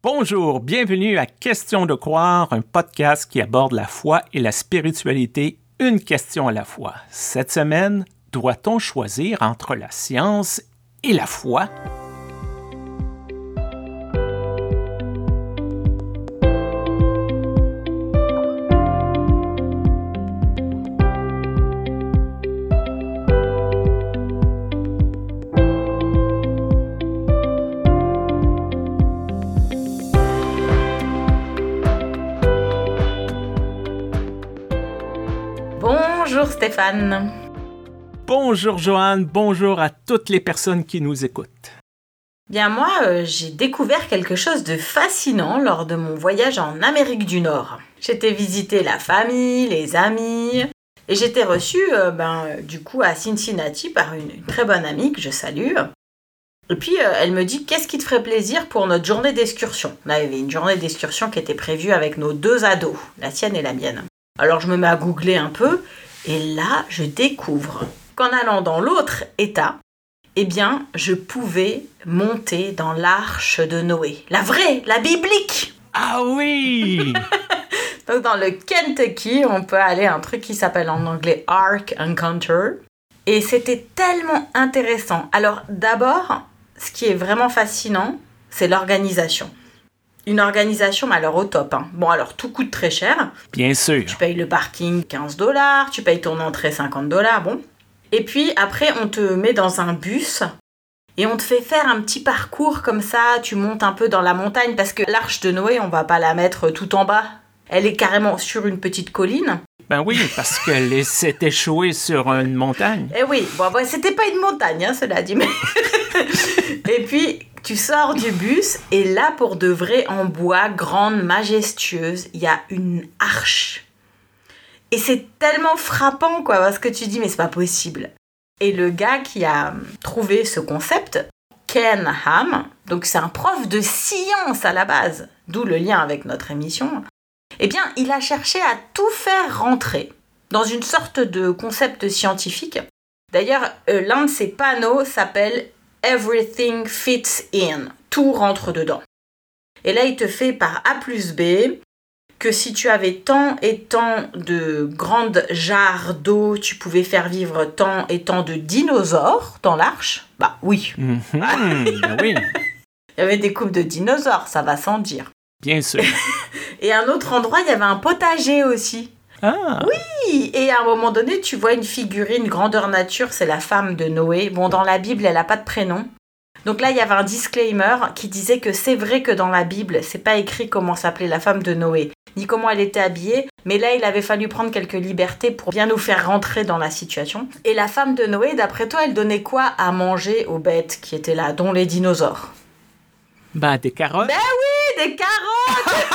Bonjour, bienvenue à Question de croire, un podcast qui aborde la foi et la spiritualité, une question à la fois. Cette semaine, doit-on choisir entre la science et la foi? Bonjour Stéphane. Bonjour Joanne, bonjour à toutes les personnes qui nous écoutent. Bien moi, j'ai découvert quelque chose de fascinant lors de mon voyage en Amérique du Nord. J'étais visiter la famille, les amis, et j'étais reçue du coup à Cincinnati par une très bonne amie que je salue. Et puis elle me dit « Qu'est-ce qui te ferait plaisir pour notre journée d'excursion ?» Là, il y avait une journée d'excursion qui était prévue avec nos deux ados, la sienne et la mienne. Alors je me mets à googler un peu, et là, je découvre qu'en allant dans l'autre état, eh bien, je pouvais monter dans l'arche de Noé. La vraie, la biblique. Ah oui! Donc, dans le Kentucky, on peut aller à un truc qui s'appelle en anglais Ark Encounter. Et c'était tellement intéressant. Alors, d'abord, ce qui est vraiment fascinant, c'est l'organisation. Une organisation, mais alors au top. Hein. Bon, alors tout coûte très cher. Bien sûr. Tu payes le parking $15, tu payes ton entrée $50, bon. Et puis après, on te met dans un bus et on te fait faire un petit parcours comme ça. Tu montes un peu dans la montagne parce que l'arche de Noé, on va pas la mettre tout en bas. Elle est carrément sur une petite colline. Ben oui, parce qu'elle s'est échouée sur une montagne. Eh oui, bon, c'était pas une montagne, hein, cela dit, mais... Et puis... Tu sors du bus et là, pour de vrai, en bois, grande, majestueuse, il y a une arche. Et c'est tellement frappant, quoi, parce que tu dis, mais c'est pas possible. Et le gars qui a trouvé ce concept, Ken Ham, donc c'est un prof de science à la base, d'où le lien avec notre émission, eh bien, il a cherché à tout faire rentrer dans une sorte de concept scientifique. D'ailleurs, l'un de ses panneaux s'appelle Everything fits in. Tout rentre dedans. Et là, il te fait par A plus B que si tu avais tant et tant de grandes jarres d'eau, tu pouvais faire vivre tant et tant de dinosaures dans l'arche. Bah oui. Ben oui. Il y avait des coupes de dinosaures, ça va sans dire. Bien sûr. Et à un autre endroit, il y avait un potager aussi. Ah. Oui, et à un moment donné, tu vois une figurine grandeur nature, c'est la femme de Noé. Bon, dans la Bible, elle n'a pas de prénom. Donc là, il y avait un disclaimer qui disait que c'est vrai que dans la Bible, c'est pas écrit comment s'appelait la femme de Noé, ni comment elle était habillée, mais là, il avait fallu prendre quelques libertés pour bien nous faire rentrer dans la situation. Et la femme de Noé, d'après toi, elle donnait quoi à manger aux bêtes qui étaient là, dont les dinosaures? Ben, des carottes. Ben oui, des carottes.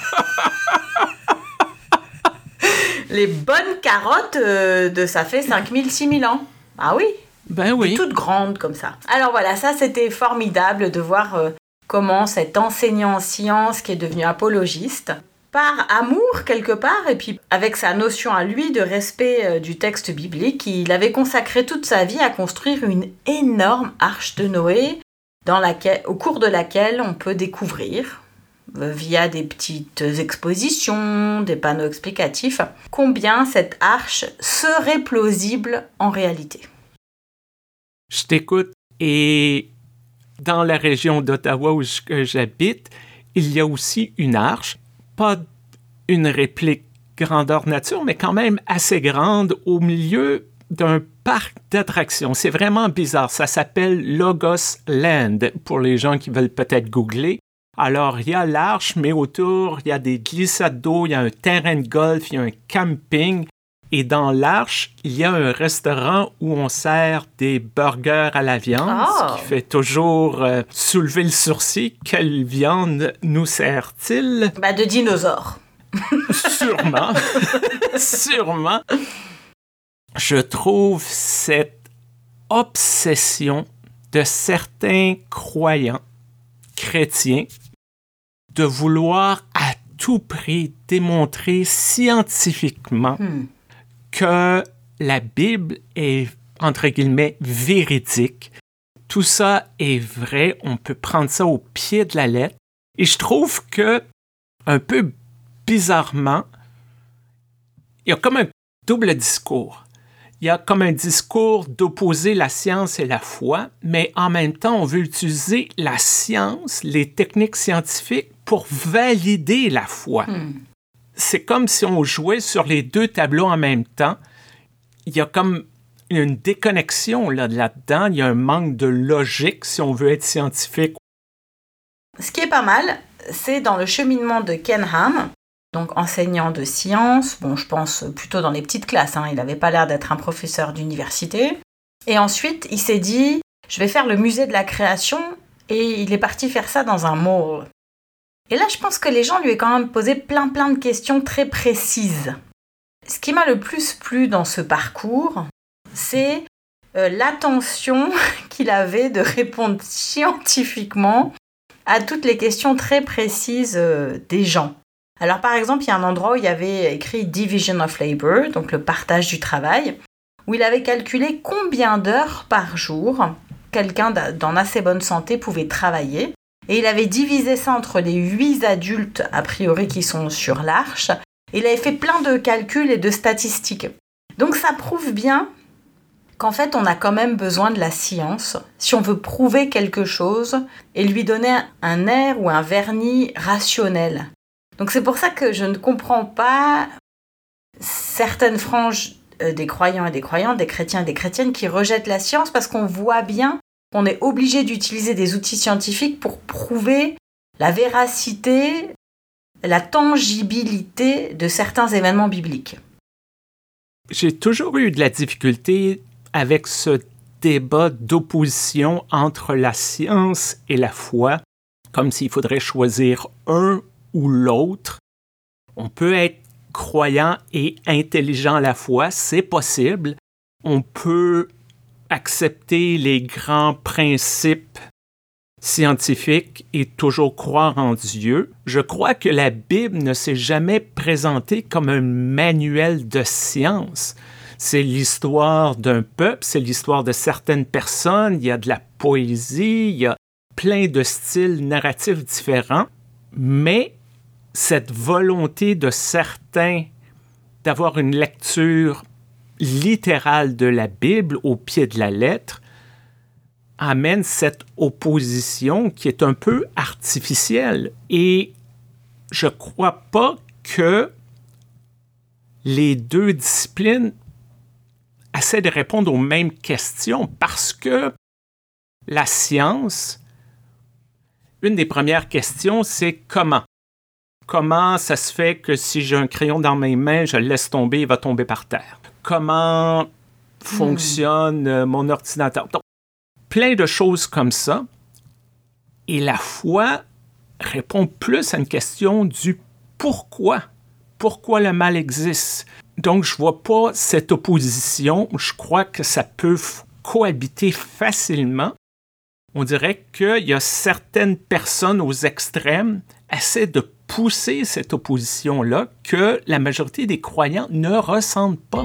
Les bonnes carottes de ça fait 5000, 6000 ans. Ah oui. Ben oui. Toutes grandes comme ça. Alors voilà, ça c'était formidable de voir comment cet enseignant en sciences qui est devenu apologiste, par amour quelque part, et puis avec sa notion à lui de respect du texte biblique, il avait consacré toute sa vie à construire une énorme arche de Noé au cours de laquelle on peut découvrir, via des petites expositions, des panneaux explicatifs, combien cette arche serait plausible en réalité. Je t'écoute et dans la région d'Ottawa où j'habite, il y a aussi une arche, pas une réplique grandeur nature, mais quand même assez grande au milieu d'un parc d'attractions. C'est vraiment bizarre, ça s'appelle Logos Land pour les gens qui veulent peut-être googler. Alors, il y a l'arche, mais autour, il y a des glissades d'eau, il y a un terrain de golf, il y a un camping. Et dans l'arche, il y a un restaurant où on sert des burgers à la viande, ce qui fait toujours soulever le sourcil. Quelle viande nous sert-il? Bah, de dinosaures. Sûrement. Sûrement. Je trouve cette obsession de certains croyants chrétiens de vouloir à tout prix démontrer scientifiquement que la Bible est, entre guillemets, véridique. Tout ça est vrai, on peut prendre ça au pied de la lettre. Et je trouve que, un peu bizarrement, il y a comme un double discours. Il y a comme un discours d'opposer la science et la foi, mais en même temps, on veut utiliser la science, les techniques scientifiques pour valider la foi. C'est comme si on jouait sur les deux tableaux en même temps. Il y a comme une déconnexion là-dedans. Il y a un manque de logique si on veut être scientifique. Ce qui est pas mal, c'est dans le cheminement de Ken Ham, donc enseignant de sciences, bon, je pense plutôt dans les petites classes, il n'avait pas l'air d'être un professeur d'université. Et ensuite, il s'est dit, je vais faire le musée de la création, et il est parti faire ça dans un mall. Et là, je pense que les gens lui ont quand même posé plein de questions très précises. Ce qui m'a le plus plu dans ce parcours, c'est l'attention qu'il avait de répondre scientifiquement à toutes les questions très précises des gens. Alors par exemple, il y a un endroit où il y avait écrit « Division of Labor », donc le partage du travail, où il avait calculé combien d'heures par jour quelqu'un dans assez bonne santé pouvait travailler. Et il avait divisé ça entre les 8 adultes, a priori, qui sont sur l'Arche. Et il avait fait plein de calculs et de statistiques. Donc ça prouve bien qu'en fait, on a quand même besoin de la science si on veut prouver quelque chose et lui donner un air ou un vernis rationnel. Donc c'est pour ça que je ne comprends pas certaines franges des croyants et des croyantes, des chrétiens et des chrétiennes qui rejettent la science parce qu'on voit bien qu'on est obligé d'utiliser des outils scientifiques pour prouver la véracité, la tangibilité de certains événements bibliques. J'ai toujours eu de la difficulté avec ce débat d'opposition entre la science et la foi, comme s'il faudrait choisir un ou l'autre. On peut être croyant et intelligent à la fois, c'est possible. On peut accepter les grands principes scientifiques et toujours croire en Dieu. Je crois que la Bible ne s'est jamais présentée comme un manuel de science. C'est l'histoire d'un peuple, c'est l'histoire de certaines personnes, il y a de la poésie, il y a plein de styles narratifs différents, mais cette volonté de certains d'avoir une lecture littérale de la Bible au pied de la lettre amène cette opposition qui est un peu artificielle. Et je ne crois pas que les deux disciplines essaient de répondre aux mêmes questions parce que la science, une des premières questions, c'est comment? Comment ça se fait que si j'ai un crayon dans mes mains, je le laisse tomber, il va tomber par terre? Comment fonctionne mon ordinateur? Donc, plein de choses comme ça. Et la foi répond plus à une question du pourquoi. Pourquoi le mal existe? Donc, je ne vois pas cette opposition. Je crois que ça peut cohabiter facilement. On dirait qu'il y a certaines personnes aux extrêmes qui essaient de pousser cette opposition-là que la majorité des croyants ne ressentent pas.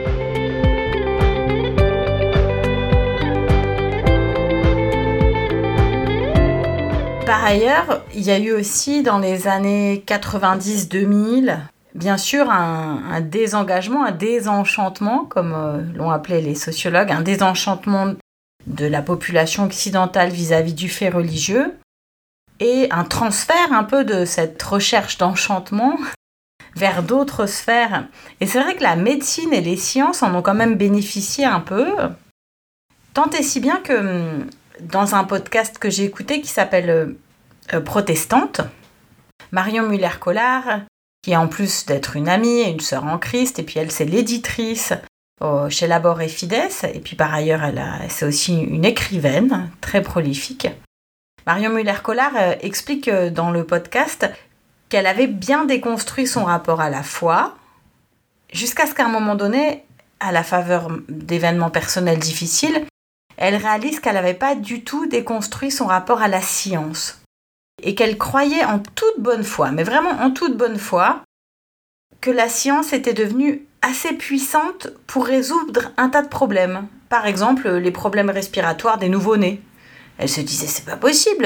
Par ailleurs, il y a eu aussi dans les années 90-2000, bien sûr, un désengagement, un désenchantement, comme l'ont appelé les sociologues, un désenchantement de la population occidentale vis-à-vis du fait religieux et un transfert un peu de cette recherche d'enchantement vers d'autres sphères. Et c'est vrai que la médecine et les sciences en ont quand même bénéficié un peu, tant et si bien que dans un podcast que j'ai écouté qui s'appelle Protestante, Marion Muller-Collard, qui en plus d'être une amie et une sœur en Christ, et puis elle c'est l'éditrice chez Labor et Fides, et puis par ailleurs c'est aussi une écrivaine très prolifique. Marion Muller-Collard explique dans le podcast qu'elle avait bien déconstruit son rapport à la foi, jusqu'à ce qu'à un moment donné, à la faveur d'événements personnels difficiles, elle réalise qu'elle n'avait pas du tout déconstruit son rapport à la science et qu'elle croyait en toute bonne foi, mais vraiment en toute bonne foi, que la science était devenue assez puissante pour résoudre un tas de problèmes. Par exemple, les problèmes respiratoires des nouveau-nés. Elle se disait, c'est pas possible.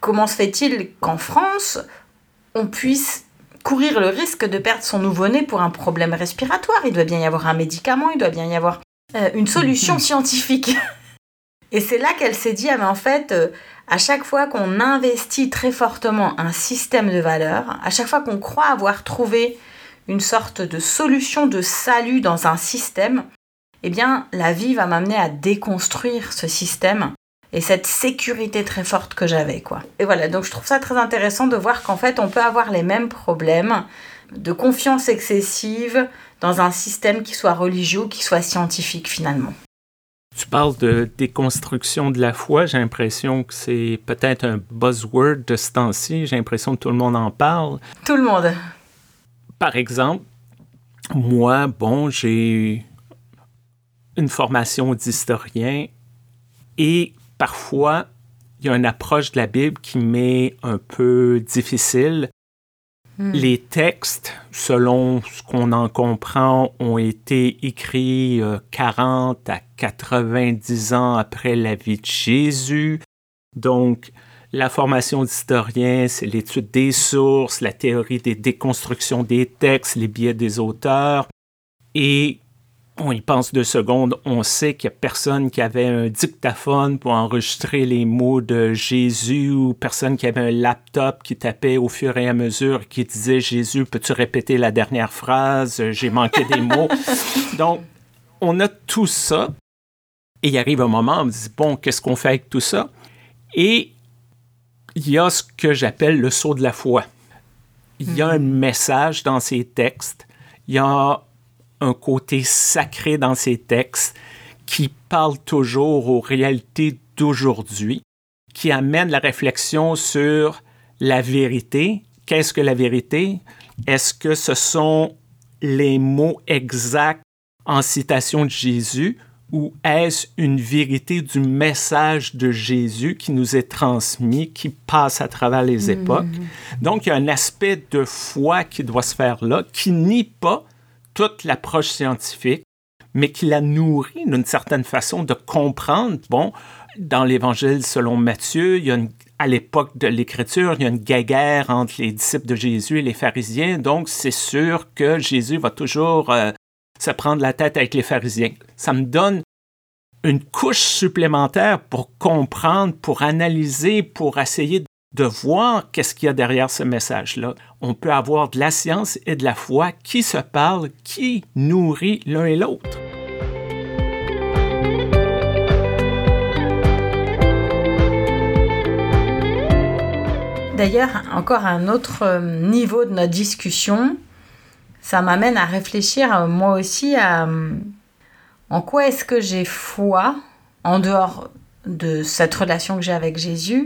comment se fait-il qu'en France, on puisse courir le risque de perdre son nouveau-né pour un problème respiratoire? Il doit bien y avoir un médicament, il doit bien y avoir une solution scientifique. Et c'est là qu'elle s'est dit, mais en fait, à chaque fois qu'on investit très fortement un système de valeurs, à chaque fois qu'on croit avoir trouvé une sorte de solution de salut dans un système, eh bien, la vie va m'amener à déconstruire ce système et cette sécurité très forte que j'avais, quoi. Et voilà, donc je trouve ça très intéressant de voir qu'en fait, on peut avoir les mêmes problèmes de confiance excessive dans un système qui soit religieux ou qui soit scientifique, finalement. Tu parles de déconstruction de la foi. J'ai l'impression que c'est peut-être un buzzword de ce temps-ci. J'ai l'impression que tout le monde en parle. Tout le monde. Par exemple, moi, j'ai une formation d'historien et parfois, il y a une approche de la Bible qui m'est un peu difficile. Les textes, selon ce qu'on en comprend, ont été écrits 40 à 90 ans après la vie de Jésus. Donc, la formation d'historien, c'est l'étude des sources, la théorie des déconstructions des textes, les biais des auteurs. Et on y pense 2 secondes, on sait qu'il n'y a personne qui avait un dictaphone pour enregistrer les mots de Jésus ou personne qui avait un laptop qui tapait au fur et à mesure qui disait « Jésus, peux-tu répéter la dernière phrase? J'ai manqué des mots. » Donc, on a tout ça et il arrive un moment, on me dit « Bon, qu'est-ce qu'on fait avec tout ça? » Et il y a ce que j'appelle le saut de la foi. Il y a un message dans ces textes, il y a un côté sacré dans ces textes qui parle toujours aux réalités d'aujourd'hui, qui amène la réflexion sur la vérité. Qu'est-ce que la vérité? Est-ce que ce sont les mots exacts en citation de Jésus ou est-ce une vérité du message de Jésus qui nous est transmis, qui passe à travers les époques? Donc, il y a un aspect de foi qui doit se faire là, qui nie pas toute l'approche scientifique, mais qui la nourrit d'une certaine façon de comprendre. Bon, dans l'Évangile selon Matthieu, à l'époque de l'Écriture, il y a une guéguerre entre les disciples de Jésus et les pharisiens, donc c'est sûr que Jésus va toujours se prendre la tête avec les pharisiens. Ça me donne une couche supplémentaire pour comprendre, pour analyser, pour essayer de voir qu'est-ce qu'il y a derrière ce message-là. On peut avoir de la science et de la foi qui se parlent, qui nourrit l'un et l'autre. D'ailleurs, encore un autre niveau de notre discussion, ça m'amène à réfléchir moi aussi à en quoi est-ce que j'ai foi en dehors de cette relation que j'ai avec Jésus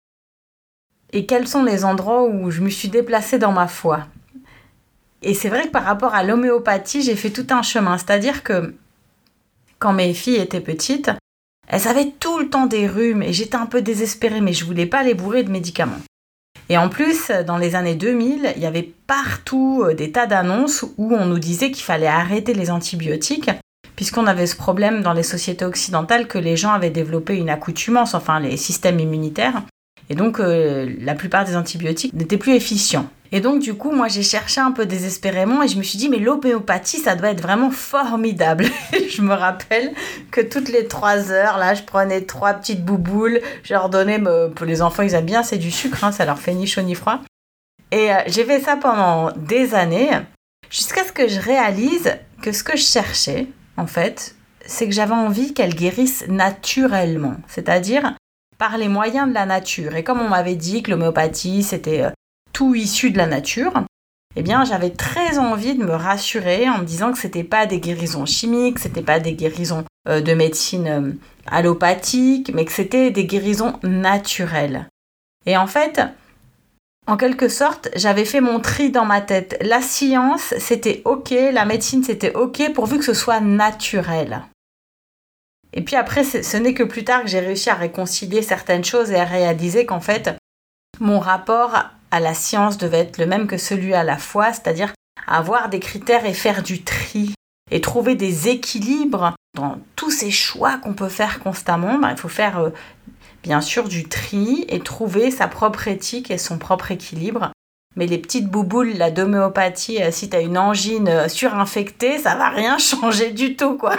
et quels sont les endroits où je me suis déplacée dans ma foi. Et c'est vrai que par rapport à l'homéopathie, j'ai fait tout un chemin. C'est-à-dire que quand mes filles étaient petites, elles avaient tout le temps des rhumes et j'étais un peu désespérée, mais je voulais pas les bourrer de médicaments. Et en plus, dans les années 2000, il y avait partout des tas d'annonces où on nous disait qu'il fallait arrêter les antibiotiques puisqu'on avait ce problème dans les sociétés occidentales que les gens avaient développé une accoutumance, enfin les systèmes immunitaires. Et donc, la plupart des antibiotiques n'étaient plus efficients. Et donc, du coup, moi, j'ai cherché un peu désespérément et je me suis dit, mais l'homéopathie, ça doit être vraiment formidable. Je me rappelle que toutes les 3 heures, là, je prenais 3 petites bouboules. Je leur donnais, pour les enfants, ils aiment bien, c'est du sucre, hein, ça leur fait ni chaud ni froid. Et j'ai fait ça pendant des années, jusqu'à ce que je réalise que ce que je cherchais, en fait, c'est que j'avais envie qu'elles guérissent naturellement. C'est-à-dire par les moyens de la nature. Et comme on m'avait dit que l'homéopathie, c'était tout issu de la nature, eh bien, j'avais très envie de me rassurer en me disant que c'était pas des guérisons chimiques, c'était pas des guérisons de médecine allopathique, mais que c'était des guérisons naturelles. Et en fait, en quelque sorte, j'avais fait mon tri dans ma tête. La science, c'était OK, la médecine, c'était OK, pourvu que ce soit naturel. Et puis après, ce n'est que plus tard que j'ai réussi à réconcilier certaines choses et à réaliser qu'en fait, mon rapport à la science devait être le même que celui à la foi, c'est-à-dire avoir des critères et faire du tri et trouver des équilibres dans tous ces choix qu'on peut faire constamment. Il faut faire bien sûr du tri et trouver sa propre éthique et son propre équilibre. Mais les petites bouboules, la d'homéopathie, si t'as une angine surinfectée, ça va rien changer du tout, quoi.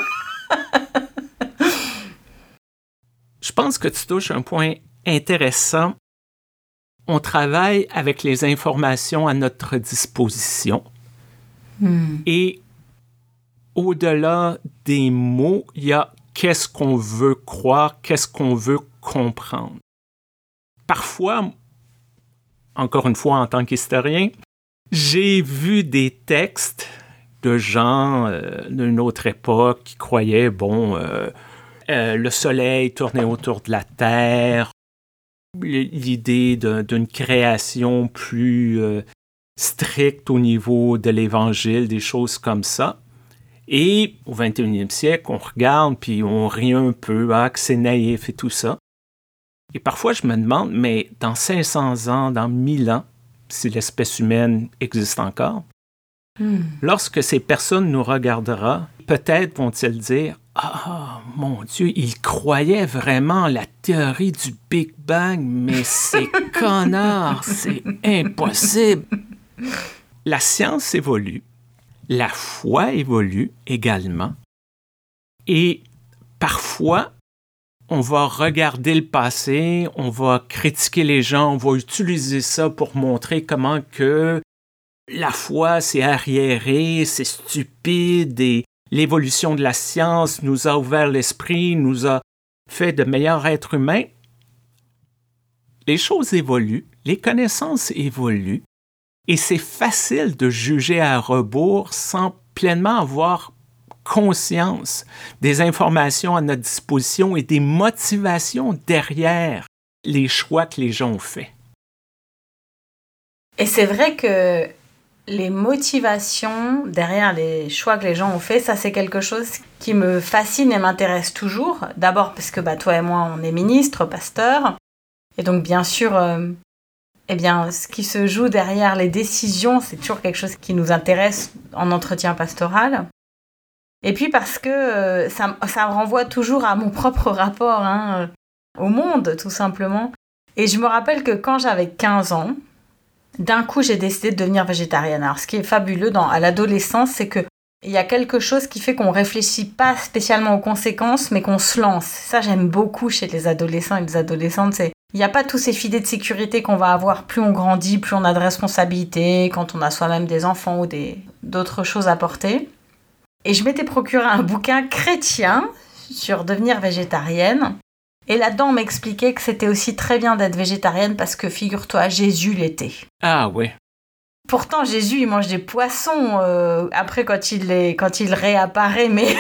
Je pense que tu touches un point intéressant. On travaille avec les informations à notre disposition. Et au-delà des mots, il y a qu'est-ce qu'on veut croire, qu'est-ce qu'on veut comprendre. Parfois, encore une fois en tant qu'historien, j'ai vu des textes de gens d'une autre époque qui croyaient, le soleil tournait autour de la Terre, l'idée d'une création plus stricte au niveau de l'Évangile, des choses comme ça. Et au 21e siècle, on regarde puis on rit un peu, que c'est naïf et tout ça. Et parfois, je me demande, mais dans 500 ans, dans 1000 ans, si l'espèce humaine existe encore, lorsque ces personnes nous regarderont, peut-être vont-ils dire « Ah, mon Dieu, ils croyaient vraiment la théorie du Big Bang, mais c'est connard, c'est impossible. » La science évolue, la foi évolue également, et parfois, on va regarder le passé, on va critiquer les gens, on va utiliser ça pour montrer comment que la foi, c'est arriéré, c'est stupide et l'évolution de la science nous a ouvert l'esprit, nous a fait de meilleurs êtres humains. Les choses évoluent, les connaissances évoluent et c'est facile de juger à rebours sans pleinement avoir conscience des informations à notre disposition et des motivations derrière les choix que les gens ont faits. Et c'est vrai que les motivations derrière les choix que les gens ont faits, ça c'est quelque chose qui me fascine et m'intéresse toujours. D'abord parce que toi et moi, on est ministres, pasteurs. Et donc bien sûr, ce qui se joue derrière les décisions, c'est toujours quelque chose qui nous intéresse en entretien pastoral. Et puis parce que ça me renvoie toujours à mon propre rapport au monde, tout simplement. Et je me rappelle que quand j'avais 15 ans, d'un coup, j'ai décidé de devenir végétarienne. Alors, ce qui est fabuleux à l'adolescence, c'est qu'il y a quelque chose qui fait qu'on ne réfléchit pas spécialement aux conséquences, mais qu'on se lance. Ça, j'aime beaucoup chez les adolescents et les adolescentes. Il n'y a pas tous ces filets de sécurité qu'on va avoir. Plus on grandit, plus on a de responsabilités, quand on a soi-même des enfants ou d'autres choses à porter. Et je m'étais procuré un bouquin chrétien sur devenir végétarienne. Et là-dedans, on m'expliquait que c'était aussi très bien d'être végétarienne parce que, figure-toi, Jésus l'était. Ah ouais. Pourtant, Jésus, il mange des poissons après quand il réapparaît, mais...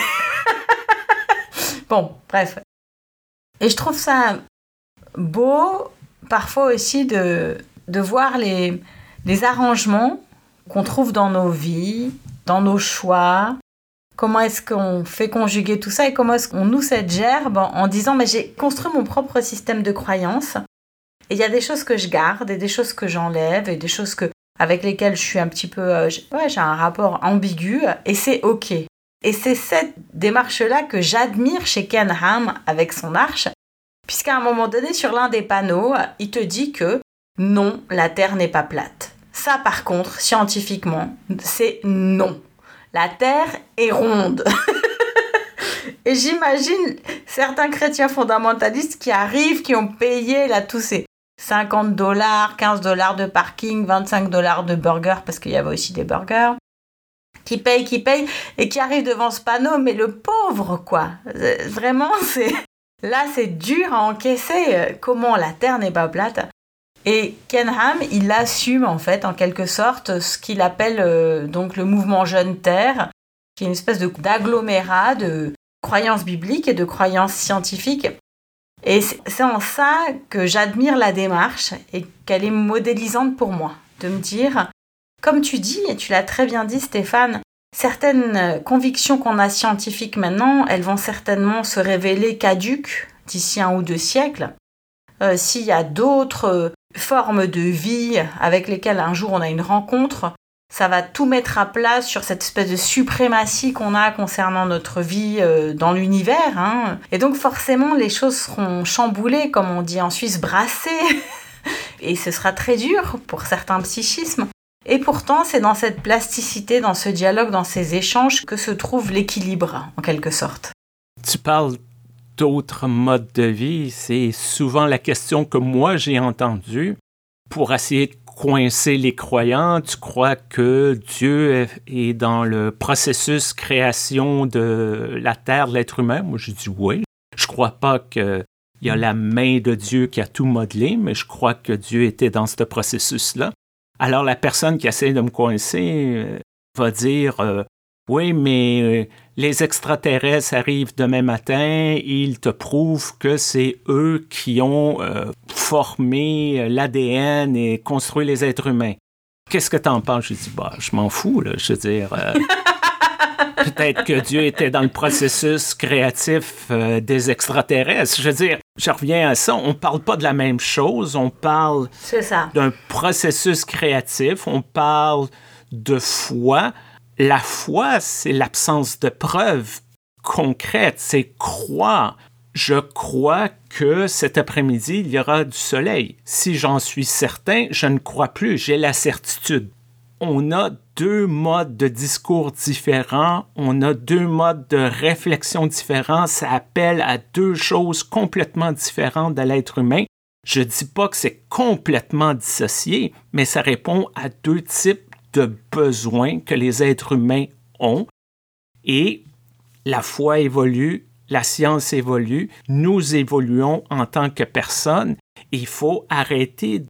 Bon, bref. Et je trouve ça beau, parfois aussi, de voir les arrangements qu'on trouve dans nos vies, dans nos choix. Comment est-ce qu'on fait conjuguer tout ça et comment est-ce qu'on noue cette gerbe en disant mais j'ai construit mon propre système de croyances et il y a des choses que je garde et des choses que j'enlève et des choses avec lesquelles je suis un petit peu... j'ai un rapport ambigu et c'est OK. Et c'est cette démarche-là que j'admire chez Ken Ham avec son arche, puisqu'à un moment donné, sur l'un des panneaux, il te dit que non, la Terre n'est pas plate. Ça, par contre, scientifiquement, c'est non. La Terre est ronde. Et j'imagine certains chrétiens fondamentalistes qui arrivent, qui ont payé là tous ces $50, $15 de parking, $25 de burgers, parce qu'il y avait aussi des burgers, qui payent, et qui arrivent devant ce panneau, mais le pauvre, quoi. Vraiment, c'est dur à encaisser. Comment la Terre n'est pas plate. Et Ken Ham, il assume en fait, en quelque sorte, ce qu'il appelle donc le mouvement Jeune Terre, qui est une espèce d'agglomérat de croyances bibliques et de croyances scientifiques. Et c'est en ça que j'admire la démarche et qu'elle est modélisante pour moi, de me dire, comme tu dis, et tu l'as très bien dit Stéphane, certaines convictions qu'on a scientifiques maintenant, elles vont certainement se révéler caduques d'ici 1 ou 2 siècles. S'il y a d'autres formes de vie avec lesquelles un jour on a une rencontre, ça va tout mettre à plat sur cette espèce de suprématie qu'on a concernant notre vie dans l'univers. Hein. Et donc forcément, les choses seront chamboulées, comme on dit en Suisse, brassées. Et ce sera très dur pour certains psychismes. Et pourtant, c'est dans cette plasticité, dans ce dialogue, dans ces échanges que se trouve l'équilibre, en quelque sorte. Tu parles d'autres modes de vie. C'est souvent la question que moi j'ai entendue pour essayer de coincer les croyants. Tu crois que Dieu est dans le processus création de la terre, de l'être humain? Moi, je dis oui. Je crois pas qu'il y a la main de Dieu qui a tout modelé, mais je crois que Dieu était dans ce processus-là. Alors, la personne qui essaie de me coincer va dire oui, mais les extraterrestres arrivent demain matin, ils te prouvent que c'est eux qui ont formé l'ADN et construit les êtres humains. Qu'est-ce que t'en penses? Je dis, je m'en fous, là. Je veux dire, peut-être que Dieu était dans le processus créatif des extraterrestres. Je veux dire, je reviens à ça, on parle pas de la même chose, on parle d'un processus créatif, on parle de foi. La foi, c'est l'absence de preuves concrètes, c'est croire. Je crois que cet après-midi, il y aura du soleil. Si j'en suis certain, je ne crois plus, j'ai la certitude. On a deux modes de discours différents, on a deux modes de réflexion différents, ça appelle à deux choses complètement différentes de l'être humain. Je ne dis pas que c'est complètement dissocié, mais ça répond à deux types de besoins que les êtres humains ont. Et la foi évolue, la science évolue, nous évoluons en tant que personnes. Il faut arrêter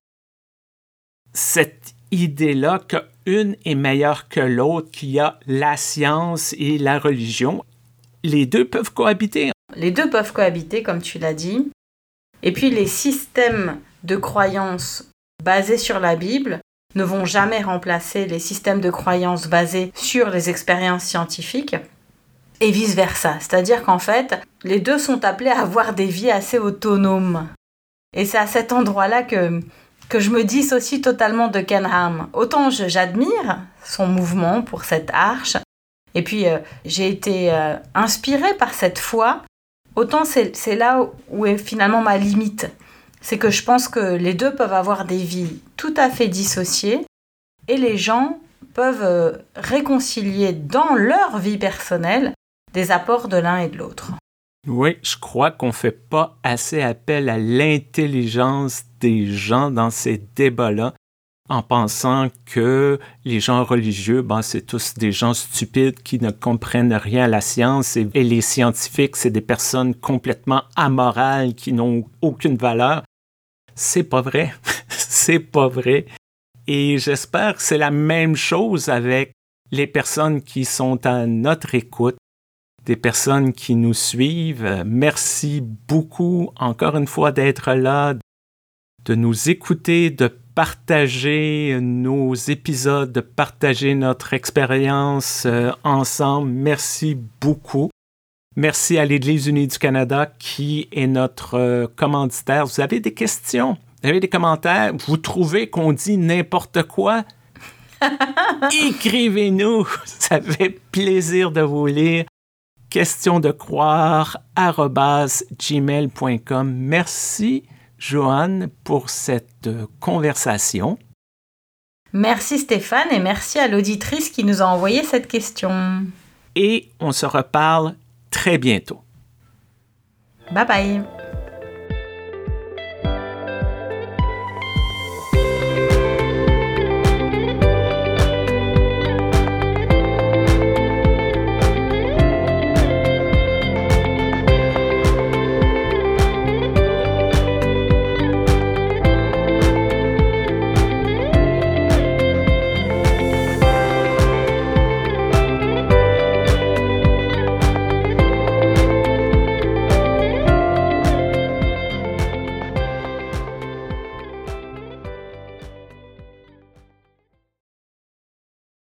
cette idée-là qu'une est meilleure que l'autre, qu'il y a la science et la religion. Les deux peuvent cohabiter. Les deux peuvent cohabiter, comme tu l'as dit. Et puis les systèmes de croyances basés sur la Bible ne vont jamais remplacer les systèmes de croyances basés sur les expériences scientifiques et vice-versa. C'est-à-dire qu'en fait, les deux sont appelés à avoir des vies assez autonomes. Et c'est à cet endroit-là que je me dissocie totalement de Ken Ham. Autant j'admire son mouvement pour cette arche, et puis j'ai été inspirée par cette foi, autant c'est là où est finalement ma limite. C'est que je pense que les deux peuvent avoir des vies tout à fait dissociées et les gens peuvent réconcilier dans leur vie personnelle des apports de l'un et de l'autre. Oui, je crois qu'on ne fait pas assez appel à l'intelligence des gens dans ces débats-là en pensant que les gens religieux, c'est tous des gens stupides qui ne comprennent rien à la science et les scientifiques, c'est des personnes complètement amorales qui n'ont aucune valeur. C'est pas vrai. C'est pas vrai. Et j'espère que c'est la même chose avec les personnes qui sont à notre écoute, des personnes qui nous suivent. Merci beaucoup, encore une fois, d'être là, de nous écouter, de partager nos épisodes, de partager notre expérience ensemble. Merci beaucoup. Merci à l'Église unie du Canada qui est notre commanditaire. Vous avez des questions? Vous avez des commentaires? Vous trouvez qu'on dit n'importe quoi? Écrivez-nous! Ça fait plaisir de vous lire. questiondecroire@gmail.com. Merci, Joanne, pour cette conversation. Merci, Stéphane, et merci à l'auditrice qui nous a envoyé cette question. Et on se reparle très bientôt. Bye bye.